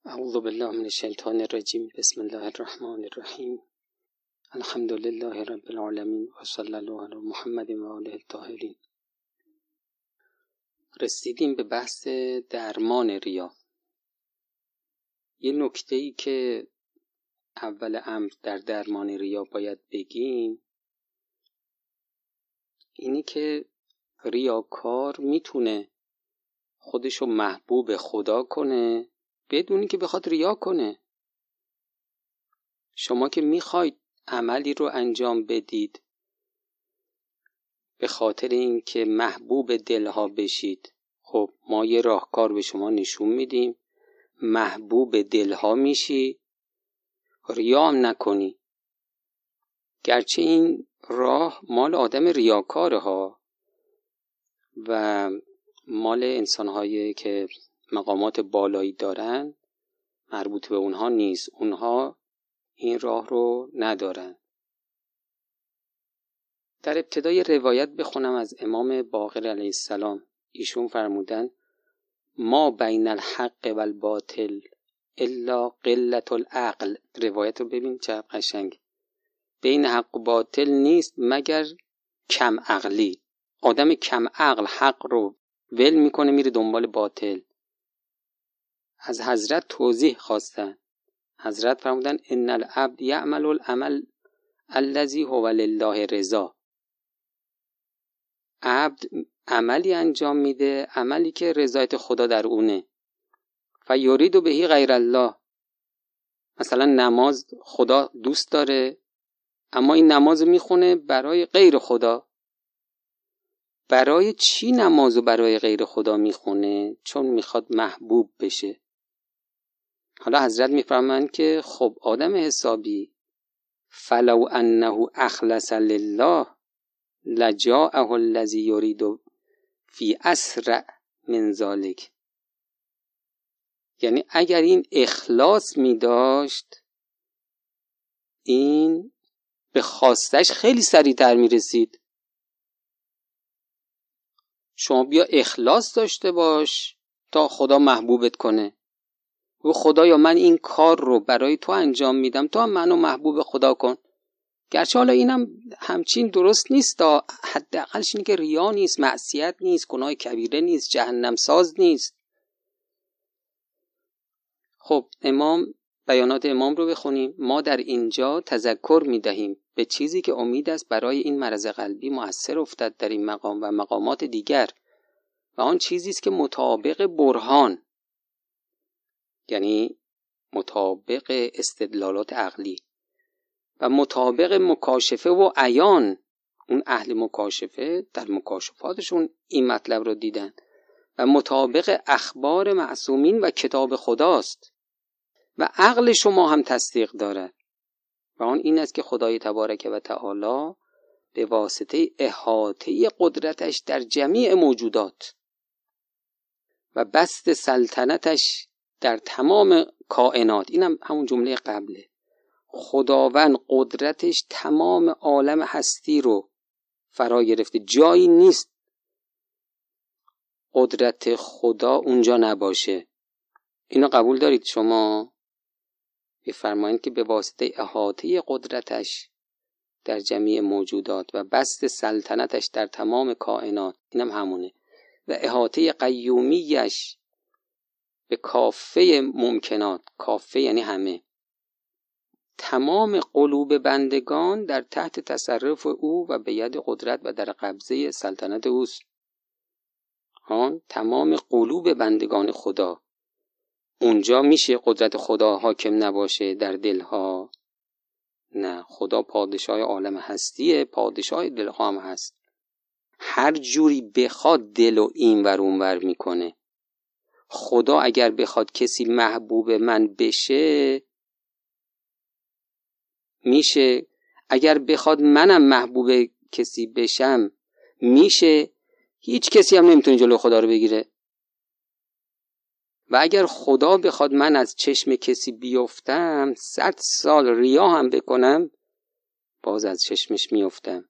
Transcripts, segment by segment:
اعوذ بالله من الشیطان الرجیم. بسم الله الرحمن الرحیم. الحمد لله رب العالمین و صلی الله علی محمد و آله الطاهرین. رسیدیم به بحث درمان ریا. یه نکته‌ای که اول امر در درمان ریا باید بگیم اینی که ریاکار میتونه خودشو محبوب خدا کنه بدونی که بخواد ریا کنه. شما که میخواید عملی رو انجام بدید به خاطر اینکه محبوب دلها بشید، خب ما یه راهکار به شما نشون میدیم، محبوب دلها میشی، ریا هم نکنی. گرچه این راه مال آدم ریاکاره ها و مال انسانهایی که مقامات بالایی دارن، مربوط به اونها نیست، اونها این راه رو ندارن. در ابتدای روایت بخونم از امام باقر علیه السلام. ایشون فرمودن ما بین الحق و الباطل الا قلت العقل. روایت رو ببین چه قشنگ. بین حق و باطل نیست مگر کم عقلی. آدم کم عقل حق رو ول میکنه میره دنبال باطل. از حضرت توضیح خواستن. حضرت فرمودن ان العبد یعمل العمل الذی هو لله رضا. عبد عملی انجام میده، عملی که رضایت خدا در اونه. فیرید بهی غیر الله. مثلا نماز خدا دوست داره اما این نماز میخونه برای غیر خدا. برای چی نمازو برای غیر خدا میخونه؟ چون میخواد محبوب بشه. حالا حضرت میفرمایند که خب آدم حسابی فلو انه اخلص لله لجاءه الذی یرید فی اسرع من ذلک. یعنی اگر این اخلاص می داشت این به خواستش خیلی سریعتر می رسید. شما بیا اخلاص داشته باش تا خدا محبوبت کنه. و خدایا من این کار رو برای تو انجام میدم، تو هم منو محبوب خدا کن. گرچه حالا اینم همچین درست نیست، حداقلش اینه که ریا نیست، معصیت نیست، گناه کبیره نیست، جهنم ساز نیست. خب بیانات امام رو بخونیم. ما در اینجا تذکر میدهیم به چیزی که امید است برای این مرض قلبی مؤثر افتد در این مقام و مقامات دیگر، و آن چیزی است که مطابق برهان، یعنی مطابق استدلالات عقلی و مطابق مکاشفه و عیان، اون اهل مکاشفه در مکاشفاتشون این مطلب رو دیدن، و مطابق اخبار معصومین و کتاب خداست و عقل شما هم تصدیق دارد، و آن این است که خدای تبارک و تعالی به واسطه احاطه قدرتش در جمیع موجودات و بسط سلطنتش در تمام کائنات، اینم همون جمله قبله، خداوند قدرتش تمام عالم هستی رو فرا گرفته، جایی نیست قدرت خدا اونجا نباشه. اینو قبول دارید شما؟ بفرمایید که به واسطه احاطه قدرتش در جمیع موجودات و بسط سلطنتش در تمام کائنات، اینم همونه، و احاطه قیومیش به کافه ممکنات، کافه یعنی همه، تمام قلوب بندگان در تحت تصرف او و به ید قدرت و در قبضه سلطنت اوست. تمام قلوب بندگان خدا. اونجا میشه قدرت خدا حاکم نباشه در دلها؟ نه، خدا پادشاه عالم هستیه، پادشاه دلها هم هست. هر جوری بخواد دل و این ور اون ور میکنه. خدا اگر بخواد کسی محبوب من بشه میشه، اگر بخواد منم محبوب کسی بشم میشه. هیچ کسی هم نمیتونه جلو خدا رو بگیره. و اگر خدا بخواد من از چشم کسی بیفتم 100 سال ریا هم بکنم باز از چشمش میفتم.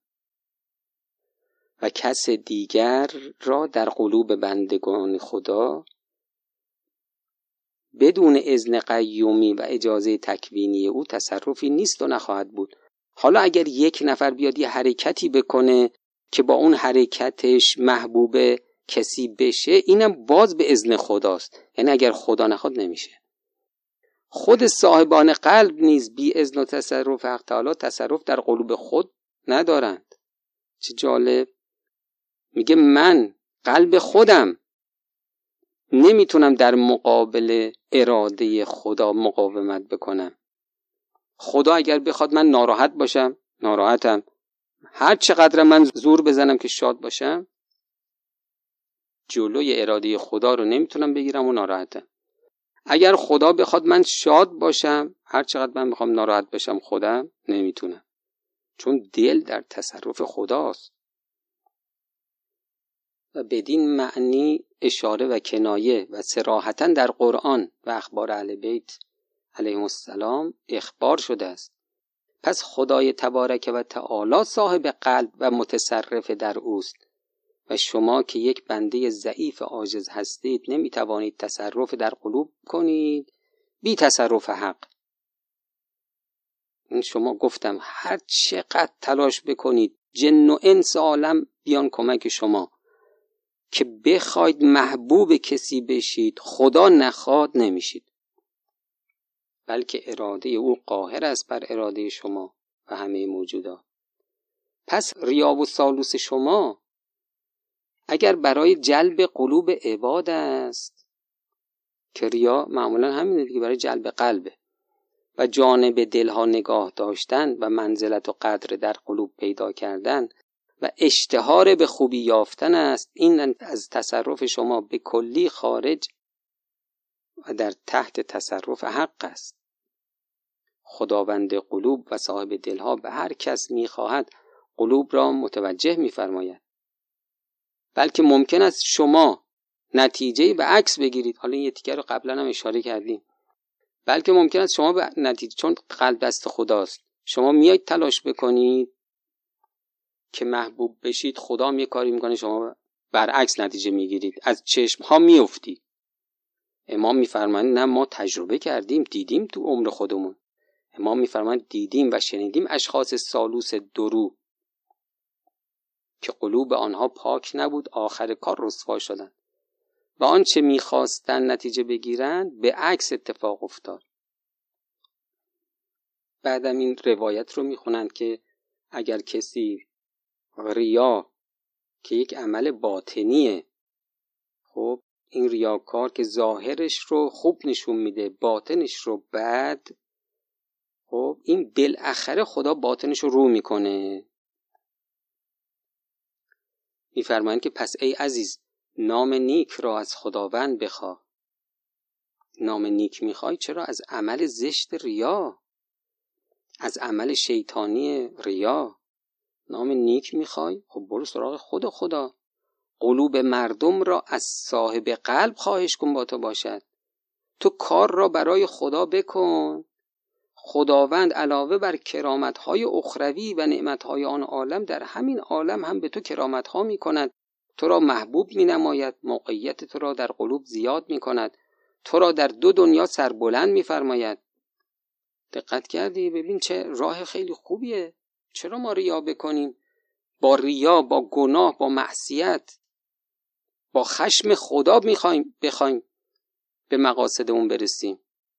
و کس دیگر را در قلوب بندگان خدا بدون اذن قیومی و اجازه تکوینی او تصرفی نیست و نخواهد بود. حالا اگر یک نفر بیاد یه حرکتی بکنه که با اون حرکتش محبوب کسی بشه، اینم باز به اذن خداست. یعنی اگر خدا نخواد نمیشه. خود صاحبان قلب نیز بی اذن و تصرف حق تعالی تصرف در قلوب خود ندارند. چه جالب. میگه من قلب خودم نمیتونم در مقابل اراده خدا مقاومت بکنم. خدا اگر بخواد من ناراحت باشم، ناراحتم. هر چقدر من زور بزنم که شاد باشم، جلوی اراده خدا رو نمیتونم بگیرم و ناراحتم. اگر خدا بخواد من شاد باشم، هر چقدر من بخوام ناراحت باشم خودم نمیتونم، چون دل در تصرف خداست. و بدین معنی اشاره و کنایه و صراحتاً در قرآن و اخبار اهل بیت علیهم السلام اخبار شده است. پس خدای تبارک و تعالی صاحب قلب و متصرف در اوست و شما که یک بنده ضعیف عاجز هستید نمیتوانید تصرف در قلوب کنید بی تصرف حق. این شما گفتم هر چقدر تلاش بکنید جن و انس عالم بیان کمک شما که بخواید محبوب کسی بشید، خدا نخواد نمیشید، بلکه اراده او قاهر است بر اراده شما و همه موجودات. پس ریا و سالوس شما اگر برای جلب قلوب عباد است، که ریا معمولا همینه دیگه، برای جلب قلبه و جانب دلها نگاه داشتن و منزلت و قدر در قلوب پیدا کردن و اشتهار به خوبی یافتن است، این از تصرف شما به کلی خارج و در تحت تصرف حق است. خداوند قلوب و صاحب دلها به هر کس می‌خواهد قلوب را متوجه می‌فرماید. بلکه ممکن است شما نتیجه به عکس بگیرید. حالا این یه تیکه رو قبلا هم اشاره کردیم. بلکه ممکن است شما به نتیجه، چون قلب دست خداست، شما میایید تلاش بکنید که محبوب بشید، خدا هم یه کاری میکنه شما برعکس نتیجه میگیرید، از چشم ها میافتید. امام میفرمایند نه ما تجربه کردیم، دیدیم تو عمر خودمون. امام میفرمایند دیدیم و شنیدیم اشخاص سالوس درو که قلوب آنها پاک نبود، آخر کار رسوا شدند و آنچه میخواستن نتیجه بگیرند به عکس اتفاق افتاد. بعدم این روایت رو میخونند که اگر کسی ریا که یک عمل باطنیه، خب این ریاکار که ظاهرش رو خوب نشون میده باطنش رو بد، خب این بالاخره خدا باطنش رو میکنه. میفرمایند که پس ای عزیز نام نیک را از خداوند بخواه. نام نیک میخوای چرا؟ از عمل زشت ریا، از عمل شیطانی ریا نام نیک میخوای؟ خب برو سراغ خود خدا. قلوب مردم را از صاحب قلب خواهش کن با تو باشد. تو کار را برای خدا بکن. خداوند علاوه بر کرامت‌های اخروی و نعمت‌های آن عالم در همین عالم هم به تو کرامت‌ها می‌کند. تو را محبوب می‌نماید، موقعیت تو را در قلوب زیاد می‌کند، تو را در دو دنیا سربلند می‌فرماید. دقت کردی؟ ببین چه راه خیلی خوبیه. چرا ما ریا بکنیم؟ با ریا، با گناه، با معصیت، با خشم خدا بخوایم به مقاصدمون برسیم.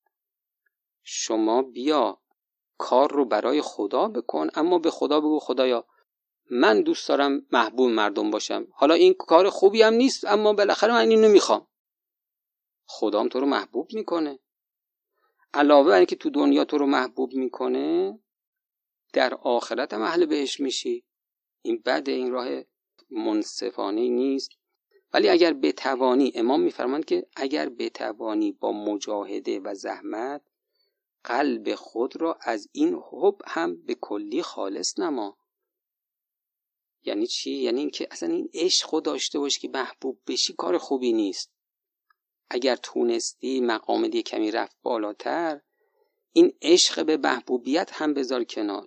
شما بیا کار رو برای خدا بکن، اما به خدا بگو خدایا من دوست دارم محبوب مردم باشم. حالا این کار خوبی هم نیست، اما بالاخره من اینو میخوام. خدا هم تو رو محبوب میکنه. علاوه بر اینکه تو دنیا تو رو محبوب میکنه، در آخرت هم اهل بهشت میشی. این بده، این راه منصفانه نیست. ولی اگر بتوانی، امام میفرماند که اگر بتوانی با مجاهده و زحمت قلب خود را از این حب هم به کلی خالص نما. یعنی چی؟ یعنی اینکه اصلا این عشق رو داشته باشی که محبوب بشی کار خوبی نیست. اگر تونستی مقامت یه کمی رفت بالاتر، این عشق به محبوبیت هم بذار کنار.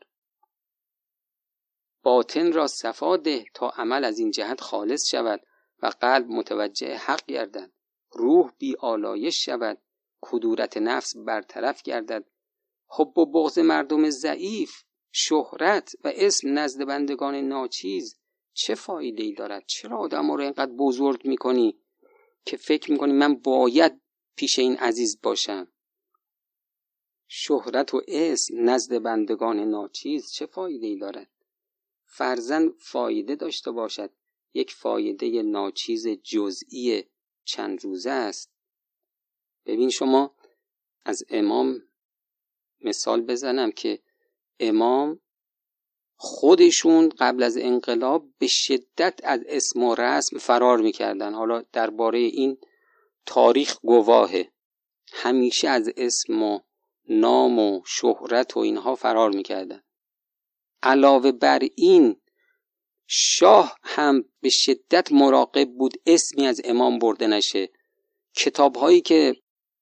باطن را صفا ده تا عمل از این جهت خالص شود و قلب متوجه حق گردد، روح بی آلایش شود، کدورت نفس برطرف گردد. حب و بغض مردم ضعیف، شهرت و اسم نزد بندگان ناچیز چه فایده‌ای دارد؟ چرا آدم رو اینقدر بزرگ میکنی که فکر میکنی من باید پیش این عزیز باشم؟ شهرت و اسم نزد بندگان ناچیز چه فایده‌ای دارد؟ فرزند فایده داشته باشد، یک فایده ناچیز جزئی چند روزه است. ببین شما، از امام مثال بزنم که امام خودشون قبل از انقلاب به شدت از اسم و رسم فرار میکردن. حالا درباره این تاریخ گواهه، همیشه از اسم و نام و شهرت و اینها فرار میکردن. علاوه بر این شاه هم به شدت مراقب بود اسمی از امام برده نشه. کتاب‌هایی که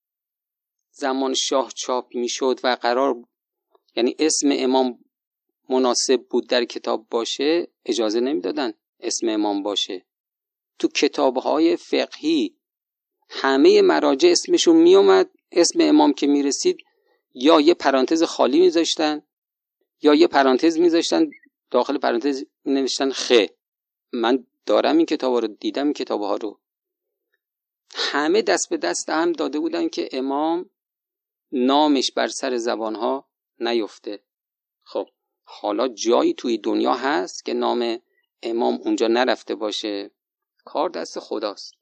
زمان شاه چاپ میشد و قرار یعنی اسم امام مناسب بود در کتاب باشه، اجازه نمیدادن اسم امام باشه. تو کتاب‌های فقهی همه مراجع اسمشون میومد، اسم امام که میرسید یا یه پرانتز خالی میذاشتن یا یه پرانتز میذاشتن، داخل پرانتز مینوشتن خ. من دارم این کتابا رو، دیدم این کتابها رو. همه دست به دست هم داده بودن که امام نامش بر سر زبانها نیفته. خب حالا جایی توی دنیا هست که نام امام اونجا نرفته باشه؟ کار دست خداست.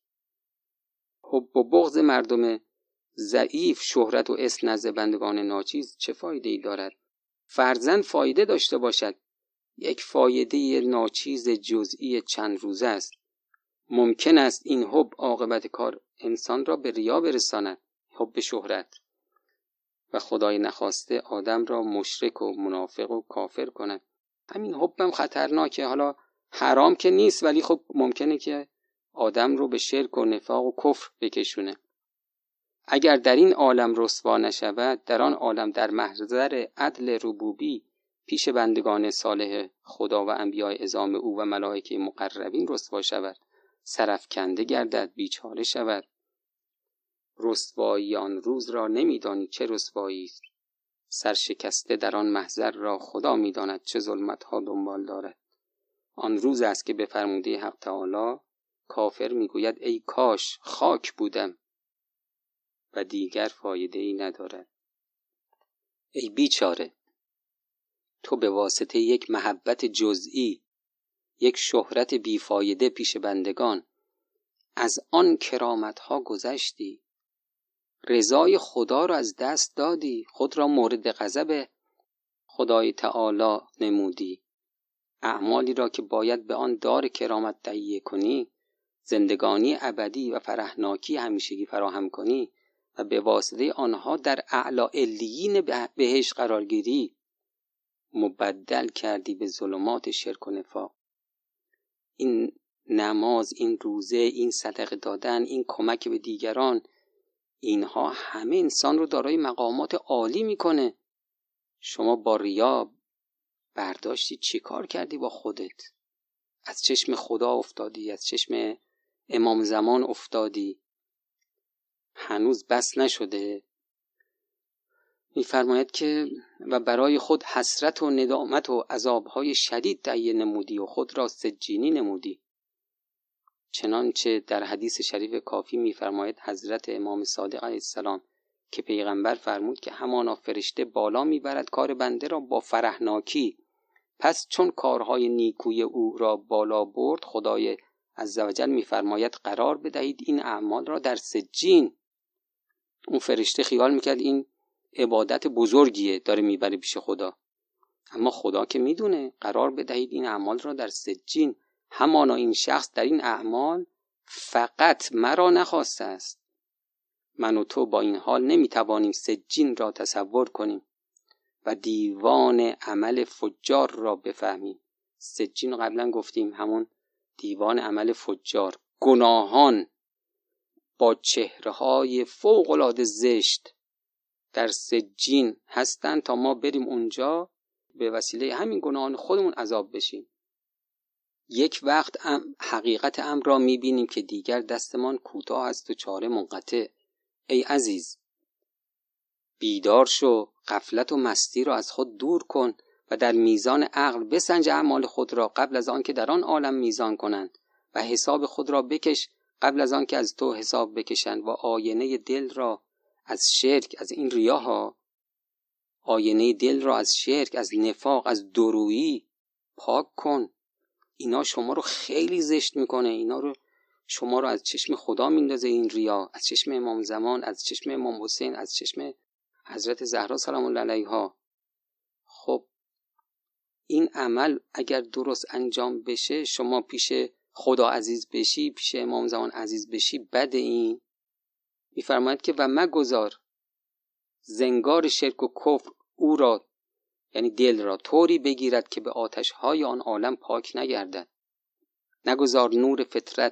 حب و بغض مردم ضعیف، شهرت و اسم نزد بندگان ناچیز چه فایده‌ای دارد؟ فرزند فایده داشته باشد، یک فایده ناچیز جزئی چند روزه است. ممکن است این حب عاقبت کار انسان را به ریا برساند، حب شهرت، و خدای نخواسته آدم را مشرک و منافق و کافر کند. همین حبم خطرناکه. حالا حرام که نیست، ولی خب ممکنه که آدم رو به شرک و نفاق و کفر بکشونه. اگر در این عالم رسوا نشود، در آن عالم در محضر عدل ربوبی پیش بندگان صالح خدا و انبیاء عظام او و ملائکه مقربین رسوا شود، سرافکنده گردد، بیچاره شود. رسوایی آن روز را نمیدانی چه رسوایی است، سرشکسته در آن محضر را خدا میداند چه ظلمت ها دنبال دارد. آن روز است که به فرموده حق تعالی کافر میگوید ای کاش خاک بودم و دیگر فایده ای ندارد. ای بیچاره، تو به واسطه یک محبت جزئی، یک شهرت بیفایده پیش بندگان از آن کرامت ها گذشتی، رضای خدا را از دست دادی، خود را مورد غضب خدای تعالی نمودی. اعمالی را که باید به آن دار کرامت تهیه کنی، زندگانی ابدی و فرحناکی همیشگی فراهم کنی و به واسطه آنها در اعلی علیین بهشت قرار گیری، مبدل کردی به ظلمات شرک و نفاق. این نماز، این روزه، این صدقه دادن، این کمک به دیگران، اینها همه انسان رو دارای مقامات عالی میکنه. شما با ریا برداشتی چی کار کردی با خودت؟ از چشم خدا افتادی، از چشم امام زمان افتادی. هنوز بس نشده. می‌فرماید که و برای خود حسرت و ندامت و عذابهای شدید تهیه نمودی و خود را سجینی نمودی. چنانچه در حدیث شریف کافی می‌فرماید حضرت امام صادق علیه السلام که پیغمبر فرمود که همانا فرشته بالا میبرد کار بنده را با فرحناکی. پس چون کارهای نیکوی او را بالا برد، خدای عزوجل می‌فرماید قرار بدهید این اعمال را در سجین. اون فرشته خیال میکرد این عبادت بزرگیه داره میبره پیش خدا، اما خدا که میدونه قرار بدهید این اعمال را در سجین. همانا این شخص در این اعمال فقط مرا نخواسته است. من و تو با این حال نمیتوانیم سجین را تصور کنیم و دیوان عمل فجار را بفهمیم. سجین قبلا گفتیم همون دیوان عمل فجار، گناهان با چهره‌های فوق‌العاده زشت در سجین هستن تا ما بریم اونجا به وسیله همین گناهان خودمون عذاب بشیم. یک وقت حقیقت امر را می‌بینیم که دیگر دستمان کوتاه است و چاره منقطع. ای عزیز، بیدار شو، غفلت و مستی را از خود دور کن و در میزان عقل بسنج اعمال خود را قبل از آن که در آن عالم میزان کنند و حساب خود را بکش قبل از آن که از تو حساب بکشند و آینه دل را از شرک، از این ریاها، آینه دل را از شرک، از نفاق، از دورویی پاک کن. اینا شما رو خیلی زشت میکنه، اینا رو شما رو از چشم خدا میندازه. این ریا از چشم امام زمان، از چشم امام حسین، از چشم حضرت زهرا سلام الله علیها. خب این عمل اگر درست انجام بشه، شما پیش خدا عزیز بشی، پیش امام زمان عزیز بشی، بد این میفرماید که و مگذار زنگار شرک و کفر او را، یعنی دل را، طوری بگیرد که به آتش های آن عالم پاک نگردد. نگذار نور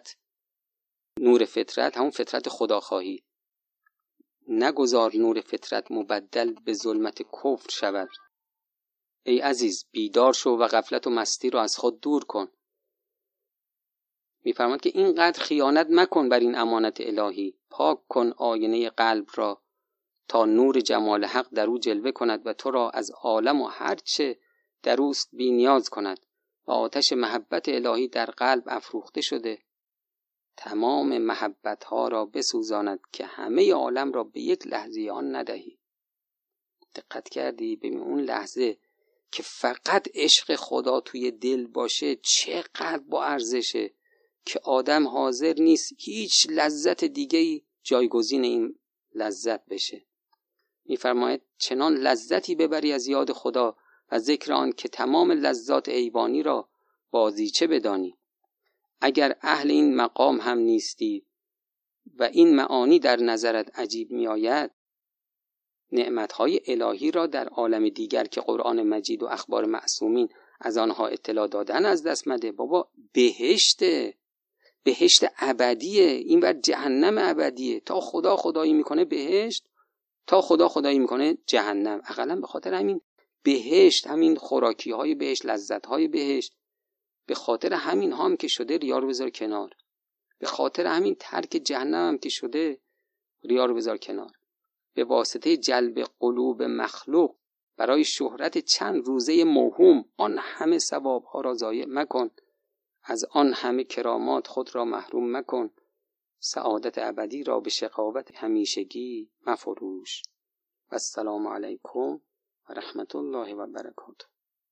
فطرت همون فطرت خداخواهی، نگذار نور فطرت مبدل به ظلمت کفر شود. ای عزیز بیدار شو و غفلت و مستی را از خود دور کن. میفرماید که اینقدر خیانت مکن بر این امانت الهی. پاک کن آینه قلب را تا نور جمال حق در او جلوه کند و تو را از عالم و هرچه در اوست بی نیاز کند و آتش محبت الهی در قلب افروخته شده تمام محبت ها را بسوزاند که همه عالم را به یک لحظه آن ندهی. دقت کردی؟ ببین اون لحظه که فقط عشق خدا توی دل باشه چقدر با ارزشه که آدم حاضر نیست هیچ لذت دیگه‌ای جایگزین این لذت بشه. می‌فرماید چنان لذتی ببری از یاد خدا و ذکر آن که تمام لذات ایوانی را بازیچه بدانی. اگر اهل این مقام هم نیستی و این معانی در نظرت عجیب می‌آید، نعمت‌های الهی را در عالم دیگر که قرآن مجید و اخبار معصومین از آنها اطلاع دادن از دست مده. بابا بهشت ابدیه، این بر جهنم ابدیه. تا خدا خدایی میکنه بهشت، تا خدا خدایی میکنه جهنم. اقلا به خاطر همین بهشت، همین خوراکی های بهشت، لذت های بهشت، به خاطر همین هم که شده ریا رو بذار کنار، به خاطر همین ترک جهنم هم که شده ریا رو بذار کنار. به واسطه جلب قلوب مخلوق برای شهرت چند روزه موهوم آن همه ثوابها را ضایع مکن، از آن همه کرامات خود را محروم مکن، سعادت ابدی را به شقاوت همیشگی مفروش. و السلام علیکم و رحمت الله و برکاته.